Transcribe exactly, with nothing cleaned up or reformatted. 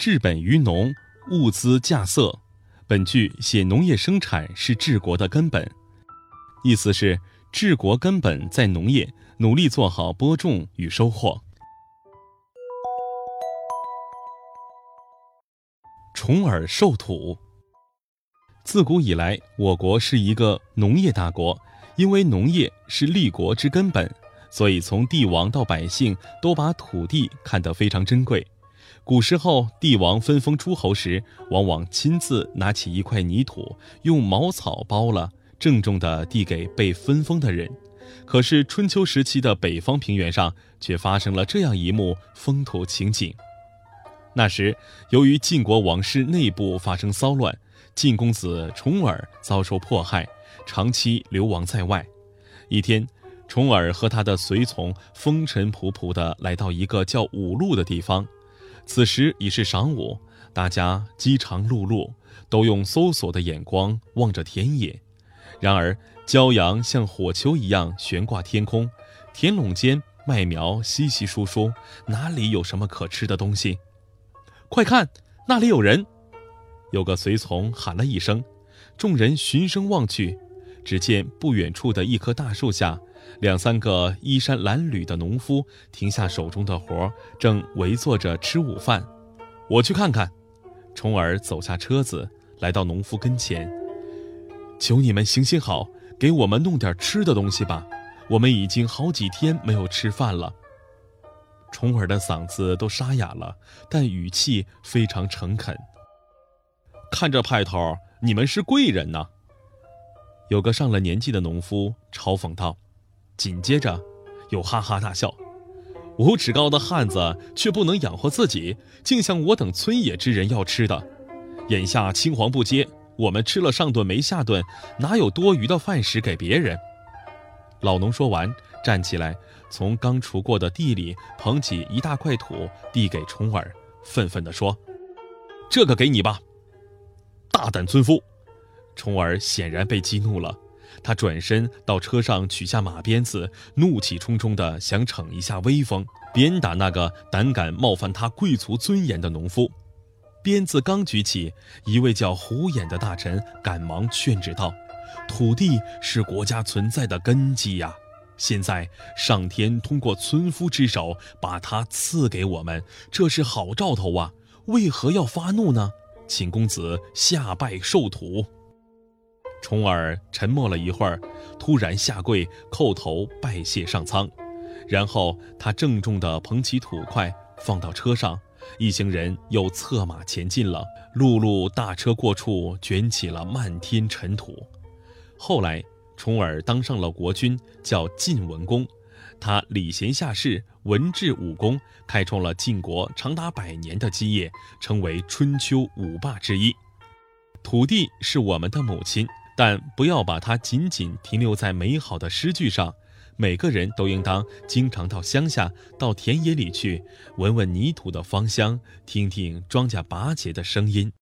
治本于农，物资稼穑。本句写农业生产是治国的根本，意思是治国根本在农业，努力做好播种与收获。重耳授土。自古以来，我国是一个农业大国，因为农业是立国之根本，所以从帝王到百姓都把土地看得非常珍贵。古时候，帝王分封诸侯时，往往亲自拿起一块泥土，用茅草包了，郑重地递给被分封的人。可是春秋时期的北方平原上，却发生了这样一幕风土情景。那时，由于晋国王室内部发生骚乱，晋公子重耳遭受迫害，长期流亡在外。一天，重耳和他的随从风尘仆仆地来到一个叫五路的地方。此时已是晌午，大家饥肠辘辘，都用搜索的眼光望着田野。然而骄阳像火球一样悬挂天空，田垄间麦苗稀稀疏疏，哪里有什么可吃的东西？快看，那里有人！有个随从喊了一声，众人循声望去，只见不远处的一棵大树下，两三个衣衫褴褛的农夫停下手中的活，正围坐着吃午饭。我去看看。重耳走下车子，来到农夫跟前，求你们行行好，给我们弄点吃的东西吧，我们已经好几天没有吃饭了。重耳的嗓子都沙哑了，但语气非常诚恳。看这派头，你们是贵人呢。有个上了年纪的农夫嘲讽道，紧接着又哈哈大笑。五尺高的汉子却不能养活自己，竟向我等村野之人要吃的。眼下青黄不接，我们吃了上顿没下顿，哪有多余的饭食给别人？老农说完，站起来，从刚锄过的地里捧起一大块土，递给重耳，愤愤地说：这个给你吧。大胆村夫！重耳显然被激怒了，他转身到车上取下马鞭子，怒气冲冲地想逞一下威风，鞭打那个胆敢冒犯他贵族尊严的农夫。鞭子刚举起，一位叫胡衍的大臣赶忙劝止道：土地是国家存在的根基呀，现在上天通过村夫之手把它赐给我们，这是好兆头啊，为何要发怒呢？请公子下拜受土。重耳沉默了一会儿，突然下跪叩头拜谢上苍，然后他郑重地捧起土块放到车上，一行人又策马前进了。陆路大车过处，卷起了漫天尘土。后来重耳当上了国君，叫晋文公，他礼贤下士，文治武功，开创了晋国长达百年的基业，成为春秋五霸之一。土地是我们的母亲，但不要把它仅仅停留在美好的诗句上，每个人都应当经常到乡下，到田野里去，闻闻泥土的芳香，听听庄稼拔节的声音。